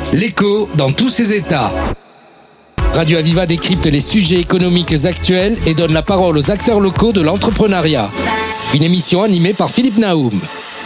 L'écho dans tous ses états. Radio Aviva décrypte les sujets économiques actuels et donne la parole aux acteurs locaux de l'entrepreneuriat. Une émission animée par Philippe Naoum.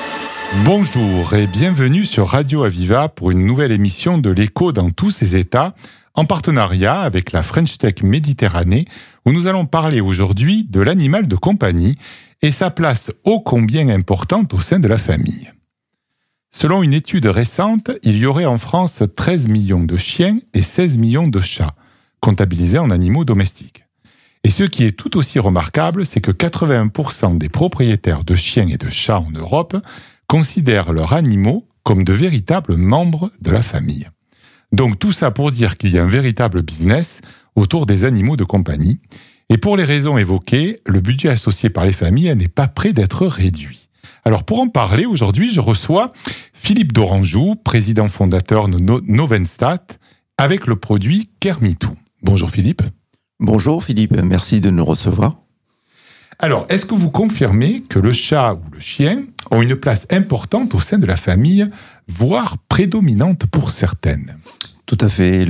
Bonjour et bienvenue sur Radio Aviva pour une nouvelle émission de l'écho dans tous ses états, en partenariat avec la French Tech Méditerranée, où nous allons parler aujourd'hui de l'animal de compagnie et sa place ô combien importante au sein de la famille. Selon une étude récente, il y aurait en France 13 millions de chiens et 16 millions de chats, comptabilisés en animaux domestiques. Et ce qui est tout aussi remarquable, c'est que 81% des propriétaires de chiens et de chats en Europe considèrent leurs animaux comme de véritables membres de la famille. Donc tout ça pour dire qu'il y a un véritable business autour des animaux de compagnie. Et pour les raisons évoquées, le budget associé par les familles n'est pas près d'être réduit. Alors pour en parler, aujourd'hui, je reçois Philippe Doranjou, président fondateur de Novenstat, avec le produit Kermitou. Bonjour Philippe. Bonjour Philippe, merci de nous recevoir. Alors, est-ce que vous confirmez que le chat ou le chien ont une place importante au sein de la famille, voire prédominante pour certaines ? Tout à fait,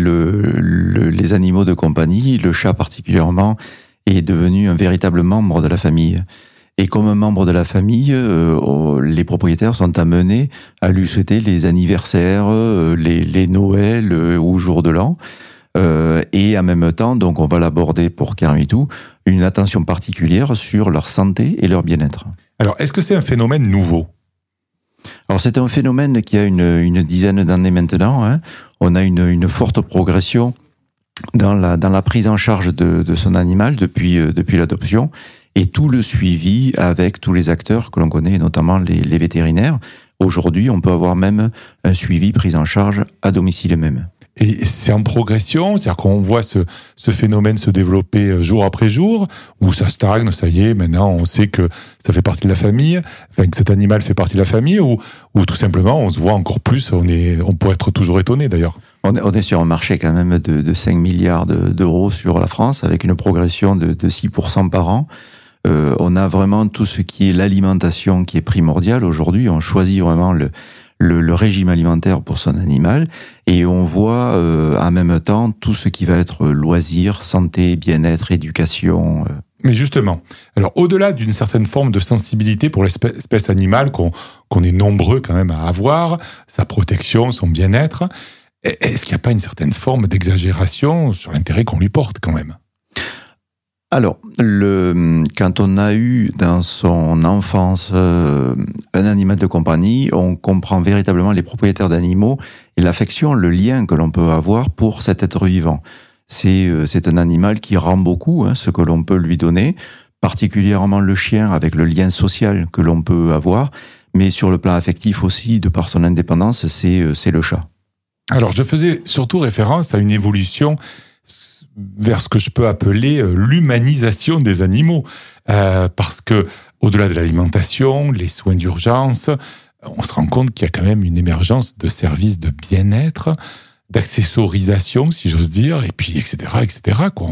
les animaux de compagnie, le chat particulièrement, est devenu un véritable membre de la famille. Et comme un membre de la famille, les propriétaires sont amenés à lui souhaiter les anniversaires, les Noëls ou jour de l'an. Et en même temps, donc on va l'aborder pour Kermitou, une attention particulière sur leur santé et leur bien-être. Alors, est-ce que c'est un phénomène nouveau ? Alors c'est un phénomène qui a une dizaine d'années maintenant. Hein. On a une forte progression dans la prise en charge de son animal depuis l'adoption. Et tout le suivi avec tous les acteurs que l'on connaît, notamment les vétérinaires. Aujourd'hui, on peut avoir même un suivi pris en charge à domicile même. Et c'est en progression, c'est-à-dire qu'on voit ce phénomène se développer jour après jour, ou ça stagne, ça y est, maintenant on sait que ça fait partie de la famille, enfin que cet animal fait partie de la famille, ou tout simplement on se voit encore plus, on pourrait être toujours étonné d'ailleurs. On est sur un marché quand même de 5 milliards d'euros sur la France, avec une progression de 6% par an. On a vraiment tout ce qui est l'alimentation qui est primordiale. Aujourd'hui, on choisit vraiment le régime alimentaire pour son animal et on voit en même temps tout ce qui va être loisirs, santé, bien-être, éducation. Mais justement, alors au-delà d'une certaine forme de sensibilité pour l'espèce animale qu'on est nombreux quand même à avoir, sa protection, son bien-être, est-ce qu'il n'y a pas une certaine forme d'exagération sur l'intérêt qu'on lui porte quand même ? Alors, quand on a eu dans son enfance un animal de compagnie, on comprend véritablement les propriétaires d'animaux et l'affection, le lien que l'on peut avoir pour cet être vivant. C'est un animal qui rend beaucoup, ce que l'on peut lui donner, particulièrement le chien avec le lien social que l'on peut avoir, mais sur le plan affectif aussi, de par son indépendance, c'est le chat. Alors, je faisais surtout référence à une évolution vers ce que je peux appeler l'humanisation des animaux. Parce que, au-delà de l'alimentation, les soins d'urgence, on se rend compte qu'il y a quand même une émergence de services de bien-être, d'accessorisation, si j'ose dire, et puis, etc., quoi.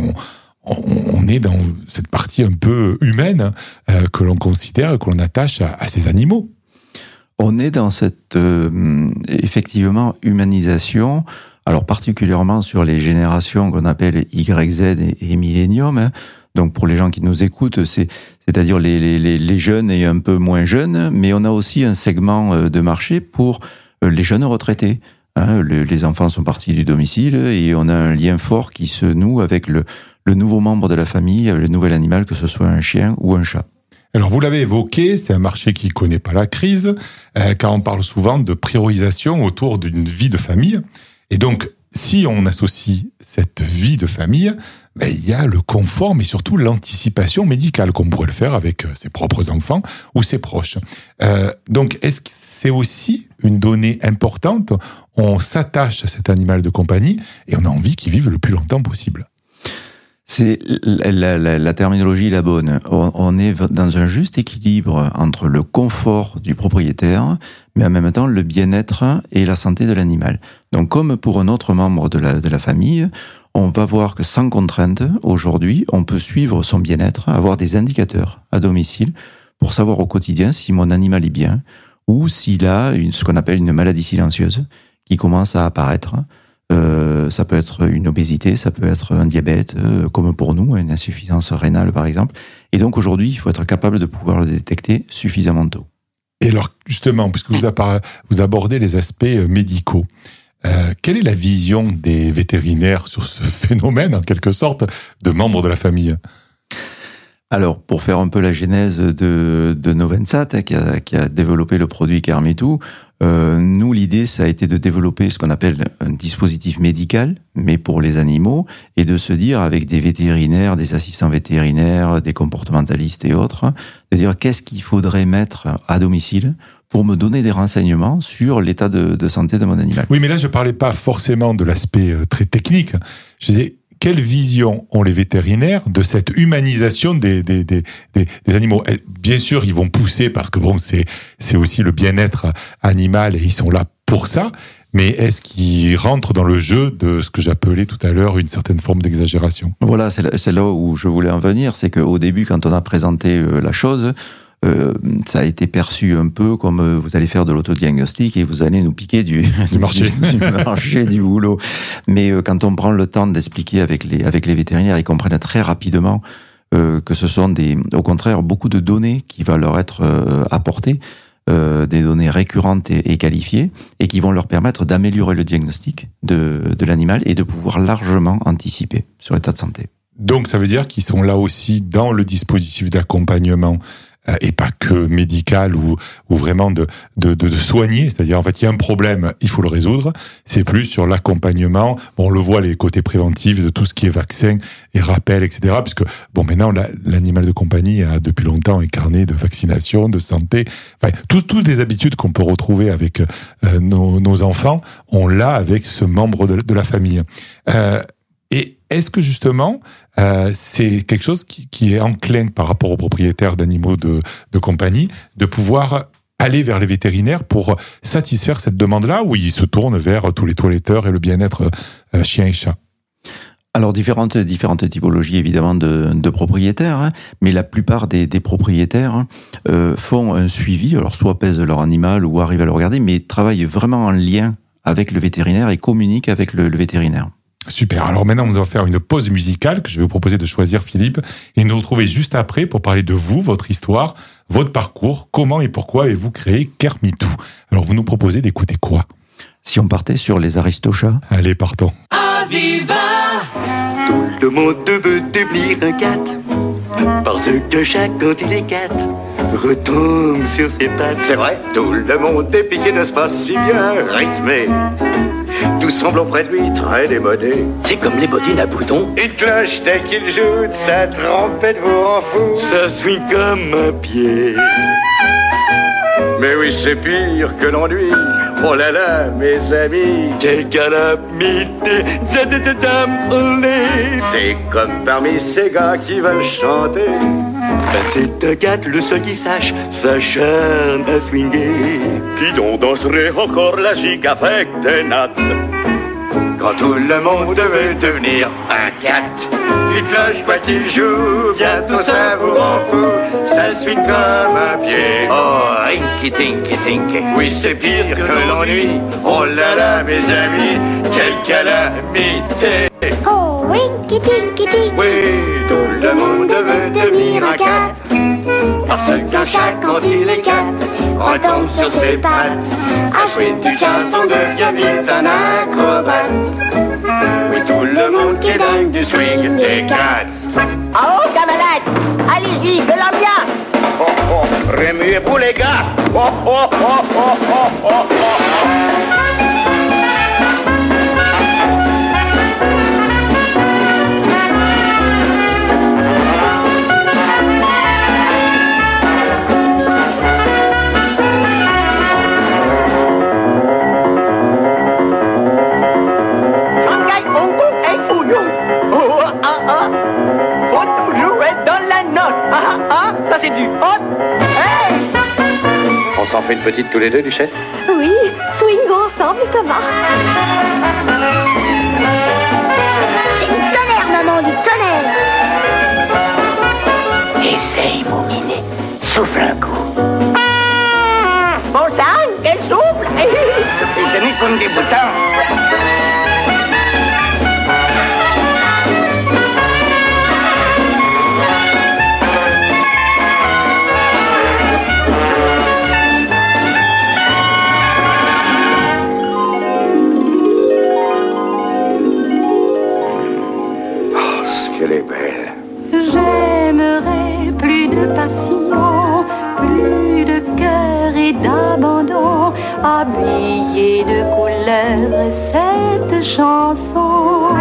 On est dans cette partie un peu humaine que l'on considère, que l'on attache à ces animaux. On est dans cette, effectivement, humanisation. Alors particulièrement sur les générations qu'on appelle YZ et Millennium. Hein. Donc pour les gens qui nous écoutent, c'est-à-dire les jeunes et un peu moins jeunes, mais on a aussi un segment de marché pour les jeunes retraités. Hein. Les enfants sont partis du domicile et on a un lien fort qui se noue avec le nouveau membre de la famille, le nouvel animal, que ce soit un chien ou un chat. Alors vous l'avez évoqué, c'est un marché qui ne connaît pas la crise, car on parle souvent de priorisation autour d'une vie de famille. Et donc, si on associe cette vie de famille, il y a le confort, mais surtout l'anticipation médicale, comme on pourrait le faire avec ses propres enfants ou ses proches. Donc, est-ce que c'est aussi une donnée importante ? On s'attache à cet animal de compagnie et on a envie qu'il vive le plus longtemps possible. C'est la terminologie est la bonne. On est dans un juste équilibre entre le confort du propriétaire, mais en même temps le bien-être et la santé de l'animal. Donc comme pour un autre membre de la famille, on va voir que sans contrainte, aujourd'hui, on peut suivre son bien-être, avoir des indicateurs à domicile pour savoir au quotidien si mon animal est bien ou s'il a ce qu'on appelle une maladie silencieuse, qui commencent à apparaître. Ça peut être une obésité, ça peut être un diabète, comme pour nous, une insuffisance rénale par exemple. Et donc aujourd'hui, il faut être capable de pouvoir le détecter suffisamment tôt. Et alors justement, puisque vous abordez les aspects médicaux, quelle est la vision des vétérinaires sur ce phénomène, en quelque sorte, de membres de la famille ? Alors, pour faire un peu la genèse de Novensat, qui a développé le produit Kermetou, nous, l'idée, ça a été de développer ce qu'on appelle un dispositif médical, mais pour les animaux, et de se dire, avec des vétérinaires, des assistants vétérinaires, des comportementalistes et autres, de dire qu'est-ce qu'il faudrait mettre à domicile pour me donner des renseignements sur l'état de santé de mon animal. Oui, mais là, je parlais pas forcément de l'aspect très technique. Je disais, quelle vision ont les vétérinaires de cette humanisation des animaux ? Et bien sûr, ils vont pousser parce que bon, c'est aussi le bien-être animal et ils sont là pour ça. Mais est-ce qu'ils rentrent dans le jeu de ce que j'appelais tout à l'heure une certaine forme d'exagération ? Voilà, c'est là où je voulais en venir. C'est qu'au début, quand on a présenté la chose, ça a été perçu un peu comme vous allez faire de l'autodiagnostic et vous allez nous piquer du marché, du marché, du boulot. Mais quand on prend le temps d'expliquer avec les vétérinaires, ils comprennent très rapidement que ce sont au contraire beaucoup de données qui vont leur être apportées, des données récurrentes et qualifiées, et qui vont leur permettre d'améliorer le diagnostic de l'animal et de pouvoir largement anticiper sur l'état de santé. Donc ça veut dire qu'ils sont là aussi dans le dispositif d'accompagnement et pas que médical ou vraiment de soigner, c'est-à-dire en fait il y a un problème, il faut le résoudre, c'est plus sur l'accompagnement, bon, on le voit les côtés préventifs de tout ce qui est vaccin et rappel, etc. Puisque bon, maintenant l'animal de compagnie a depuis longtemps un carnet de vaccination, de santé, enfin toutes les habitudes qu'on peut retrouver avec nos enfants, on l'a avec ce membre de la famille. Et est-ce que justement, c'est quelque chose qui est enclin par rapport aux propriétaires d'animaux de compagnie, de pouvoir aller vers les vétérinaires pour satisfaire cette demande-là, ou ils se tournent vers tous les toiletteurs et le bien-être chien et chat ? Alors différentes typologies évidemment de propriétaires, hein, mais la plupart des propriétaires font un suivi, alors soit pèsent leur animal ou arrivent à le regarder, mais travaillent vraiment en lien avec le vétérinaire et communiquent avec le vétérinaire. Super. Alors maintenant, nous allons faire une pause musicale que je vais vous proposer de choisir, Philippe, et nous retrouver juste après pour parler de vous, votre histoire, votre parcours, comment et pourquoi avez-vous créé Kermetou. Alors vous nous proposez d'écouter quoi ? Si on partait sur les Aristochats. Allez, partons. Aviva! Tout le monde veut devenir un cat, parce que chaque quand il est cat, retombe sur ses pattes. C'est vrai, tout le monde est piqué, n'est-ce pas, si bien rythmé. Tout semble auprès de lui très démodé. C'est comme les bottines à boutons. Il cloche dès qu'il joue de sa trompette, vous en fout. Ça swing comme un pied. Mais oui, c'est pire que l'ennui. Oh là là, mes amis, quelle calamité. C'est comme parmi ces gars qui veulent chanter. C'est un gâte, le seul qui sache s'acharne à swinguer. Qui donc danserait encore la gigue avec des nattes? Quand tout le monde veut devenir un cat, il cloche quoi qu'il joue, bientôt ça vous rend fou. Ça swing comme un pied. Oh, rinky tinky tinky. Oui, c'est pire que l'ennui. Oh là là, mes amis, quelle calamité. Oh, winky tinky tinky. Oui, tout le monde veut devenir un cat, parce qu'un chat quand il est cat retombe sur ses pattes. À jouer du jazz on devient vite un acrobate. Oui, tout le monde qui est dingue du swing des cats. Oh, camarade, allez-y, de la bien. Oh oh, remuez-vous les gars. Oh oh oh oh oh oh oh. Ça c'est du hot. Hey! On s'en fait une petite tous les deux, Duchesse? Oui, swingons ensemble, Thomas. C'est du tonnerre, maman, du tonnerre. Essaye, mon minet. Souffle un coup. Bon sang, quel souffle. Les amis, vous comme des boutons. Elle est belle. J'aimerais plus de passion, plus de cœur et d'abandon, habiller de couleurs cette chanson.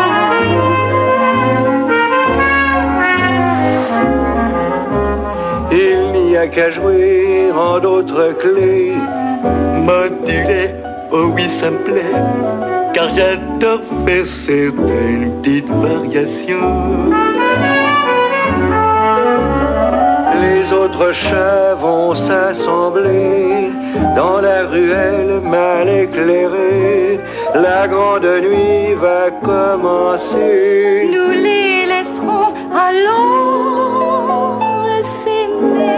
Il n'y a qu'à jouer en d'autres clés. Modulé, oh oui ça me plaît, car j'adore faire certaines petites variations. Les autres chats vont s'assembler dans la ruelle mal éclairée. La grande nuit va commencer. Nous les laisserons allons s'aimer.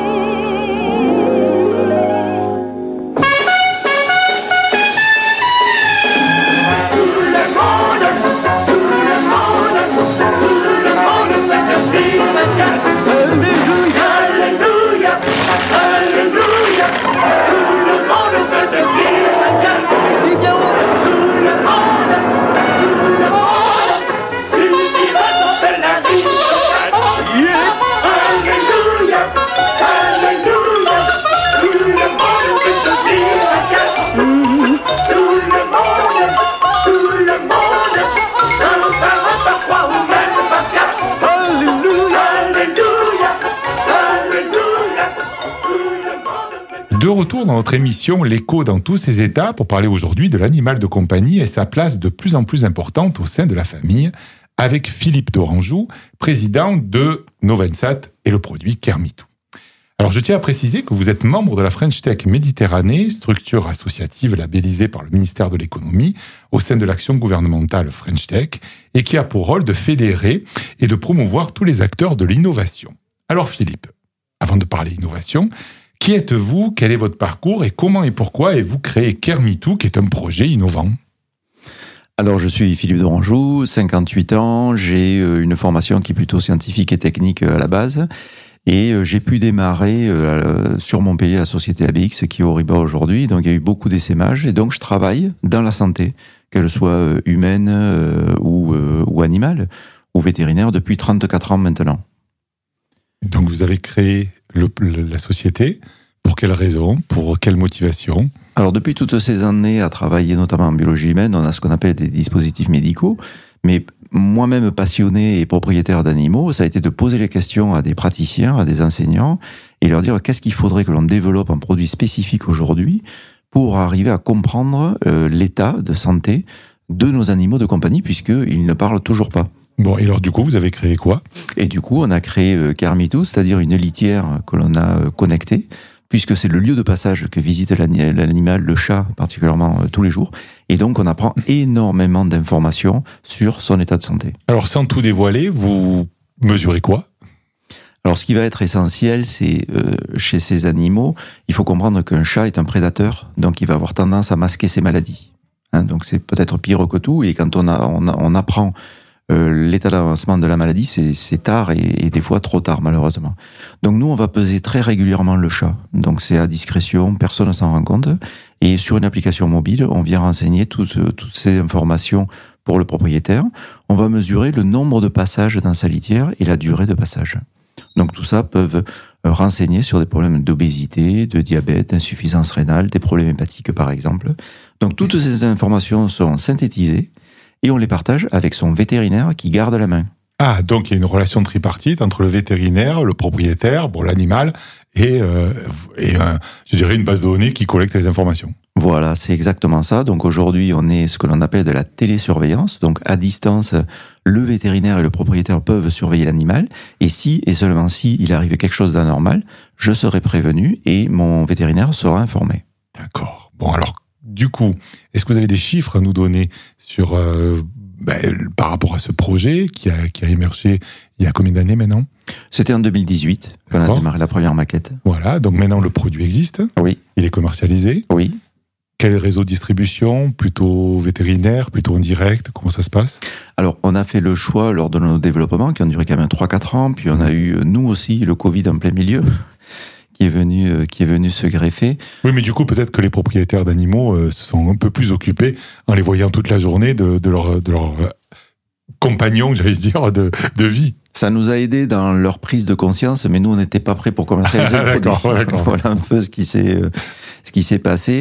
De retour dans notre émission L'écho dans tous ses états pour parler aujourd'hui de l'animal de compagnie et sa place de plus en plus importante au sein de la famille avec Philippe d'Oranjou, président de Novensat et le produit Kermitou. Alors je tiens à préciser que vous êtes membre de la French Tech Méditerranée, structure associative labellisée par le ministère de l'économie au sein de l'action gouvernementale French Tech et qui a pour rôle de fédérer et de promouvoir tous les acteurs de l'innovation. Alors Philippe, avant de parler innovation, qui êtes-vous, quel est votre parcours et comment et pourquoi avez-vous créé Kermitou, qui est un projet innovant ? Alors, je suis Philippe d'Oranjou, 58 ans, j'ai une formation qui est plutôt scientifique et technique à la base, et j'ai pu démarrer sur Montpellier la société ABX qui est au Riba aujourd'hui, donc il y a eu beaucoup d'essaimages, et donc je travaille dans la santé, qu'elle soit humaine ou animale, ou vétérinaire, depuis 34 ans maintenant. Donc vous avez créé la société, pour quelle raison, pour quelle motivation ? Alors depuis toutes ces années à travailler notamment en biologie humaine, on a ce qu'on appelle des dispositifs médicaux, mais moi-même passionné et propriétaire d'animaux, ça a été de poser les questions à des praticiens, à des enseignants, et leur dire qu'est-ce qu'il faudrait que l'on développe un produit spécifique aujourd'hui pour arriver à comprendre l'état de santé de nos animaux de compagnie, puisqu'ils ne parlent toujours pas. Bon, et alors du coup, vous avez créé quoi ? Et du coup, on a créé Kermitou, c'est-à-dire une litière que l'on a connectée, puisque c'est le lieu de passage que visite l'animal, le chat particulièrement, tous les jours. Et donc, on apprend énormément d'informations sur son état de santé. Alors, sans tout dévoiler, vous mesurez quoi ? Alors, ce qui va être essentiel, c'est chez ces animaux, il faut comprendre qu'un chat est un prédateur, donc il va avoir tendance à masquer ses maladies. Donc, c'est peut-être pire que tout. Et quand on apprend l'état d'avancement de la maladie, c'est tard et des fois trop tard, malheureusement. Donc nous, on va peser très régulièrement le chat. Donc c'est à discrétion, personne ne s'en rend compte. Et sur une application mobile, on vient renseigner toutes ces informations pour le propriétaire. On va mesurer le nombre de passages dans sa litière et la durée de passage. Donc tout ça peut renseigner sur des problèmes d'obésité, de diabète, d'insuffisance rénale, des problèmes hépatiques par exemple. Donc toutes ces informations sont synthétisées et on les partage avec son vétérinaire qui garde la main. Ah, donc il y a une relation tripartite entre le vétérinaire, le propriétaire, l'animal, et je dirais une base de données qui collecte les informations. Voilà, c'est exactement ça. Donc aujourd'hui, on est ce que l'on appelle de la télésurveillance. Donc à distance, le vétérinaire et le propriétaire peuvent surveiller l'animal. Et si, et seulement si, il arrive quelque chose d'anormal, je serai prévenu et mon vétérinaire sera informé. D'accord. Bon, alors, du coup, est-ce que vous avez des chiffres à nous donner sur par rapport à ce projet qui a émergé il y a combien d'années maintenant ? C'était en 2018 qu'on a démarré la première maquette. Voilà, donc maintenant le produit existe. Oui. Il est commercialisé. Oui. Quel réseau de distribution? Plutôt vétérinaire, plutôt en direct? Comment ça se passe? Alors, on a fait le choix lors de nos développements qui ont duré quand même 3-4 ans, puis on a eu, nous aussi, le Covid en plein milieu, qui est venu se greffer. Oui, mais du coup, peut-être que les propriétaires d'animaux se sont un peu plus occupés en les voyant toute la journée de leur compagnon, j'allais dire, de vie. Ça nous a aidé dans leur prise de conscience, mais nous, on n'était pas prêts pour commercialiser le produit. D'accord. Voilà un peu ce qui s'est passé.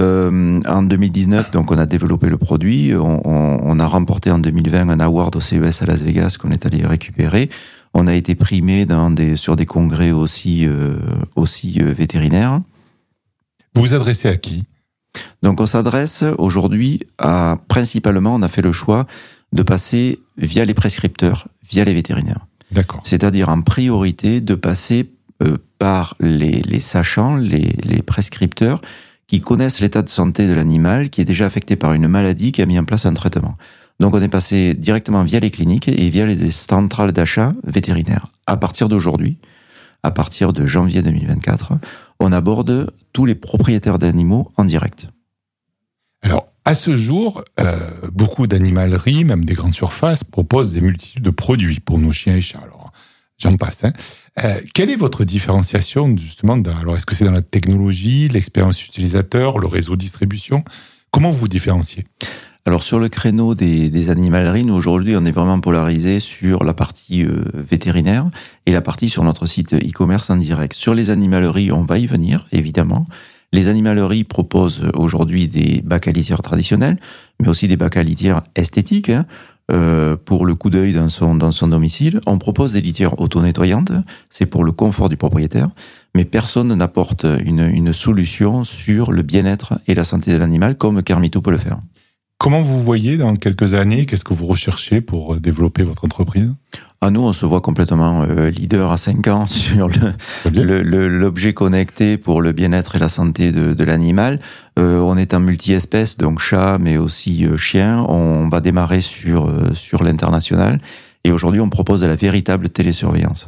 En 2019, donc, on a développé le produit. On a remporté en 2020 un award au CES à Las Vegas qu'on est allé récupérer. On a été primé sur des congrès aussi vétérinaires. Vous vous adressez à qui? Donc, on s'adresse aujourd'hui principalement, on a fait le choix de passer via les prescripteurs, via les vétérinaires. D'accord. C'est-à-dire en priorité de passer par les sachants, les prescripteurs qui connaissent l'état de santé de l'animal, qui est déjà affecté par une maladie, qui a mis en place un traitement. Donc on est passé directement via les cliniques et via les centrales d'achat vétérinaires. À partir d'aujourd'hui, à partir de janvier 2024, on aborde tous les propriétaires d'animaux en direct. Alors, à ce jour, beaucoup d'animaleries, même des grandes surfaces, proposent des multitudes de produits pour nos chiens et chats. Alors, j'en passe. Quelle est votre différenciation, justement, alors, est-ce que c'est dans la technologie, l'expérience utilisateur, le réseau de distribution? Comment vous vous différenciez? Alors, sur le créneau des animaleries, nous, aujourd'hui, on est vraiment polarisé sur la partie vétérinaire et la partie sur notre site e-commerce en direct. Sur les animaleries, on va y venir, évidemment. Les animaleries proposent aujourd'hui des bacs à litière traditionnels, mais aussi des bacs à litière esthétiques, pour le coup d'œil dans son domicile. On propose des litières auto-nettoyantes, c'est pour le confort du propriétaire, mais personne n'apporte une solution sur le bien-être et la santé de l'animal comme Kermito peut le faire. Comment vous voyez dans quelques années? Qu'est-ce que vous recherchez pour développer votre entreprise? Nous, on se voit complètement leader à 5 ans sur l'objet connecté pour le bien-être et la santé de l'animal. On est en multi-espèces, donc chat, mais aussi chien. On va démarrer sur l'international. Et aujourd'hui, on propose de la véritable télésurveillance.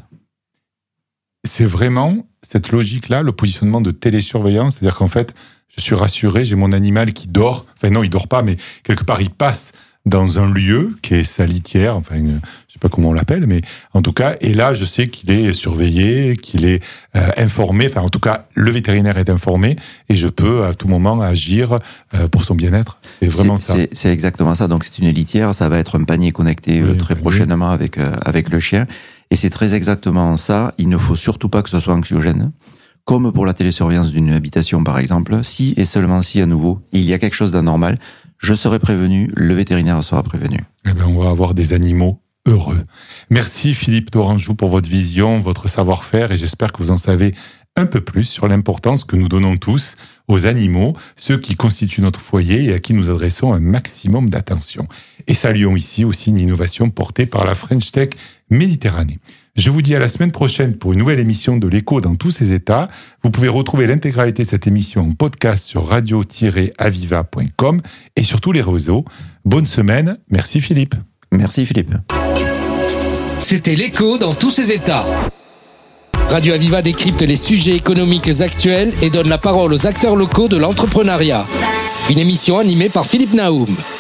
C'est vraiment cette logique-là, le positionnement de télésurveillance, c'est-à-dire qu'en fait, je suis rassuré, j'ai mon animal qui dort, enfin non, il dort pas, mais quelque part, il passe dans un lieu qui est sa litière, enfin, je sais pas comment on l'appelle, mais en tout cas, et là, je sais qu'il est surveillé, qu'il est informé, enfin, en tout cas, le vétérinaire est informé, et je peux à tout moment agir pour son bien-être. C'est vraiment ça. C'est exactement ça. Donc, c'est une litière, ça va être un panier connecté très prochainement avec le chien, et c'est très exactement ça. Il ne faut surtout pas que ce soit anxiogène. Comme pour la télésurveillance d'une habitation, par exemple, si et seulement si, à nouveau, il y a quelque chose d'anormal, je serai prévenu, le vétérinaire sera prévenu. Eh bien, on va avoir des animaux heureux. Merci Philippe d'Orangeau pour votre vision, votre savoir-faire, et j'espère que vous en savez un peu plus sur l'importance que nous donnons tous aux animaux, ceux qui constituent notre foyer et à qui nous adressons un maximum d'attention. Et saluons ici aussi une innovation portée par la French Tech Méditerranée. Je vous dis à la semaine prochaine pour une nouvelle émission de l'Écho dans tous ses états. Vous pouvez retrouver l'intégralité de cette émission en podcast sur radio-aviva.com et sur tous les réseaux. Bonne semaine. Merci Philippe. Merci Philippe. C'était l'Écho dans tous ses états. Radio Aviva décrypte les sujets économiques actuels et donne la parole aux acteurs locaux de l'entrepreneuriat. Une émission animée par Philippe Naoum.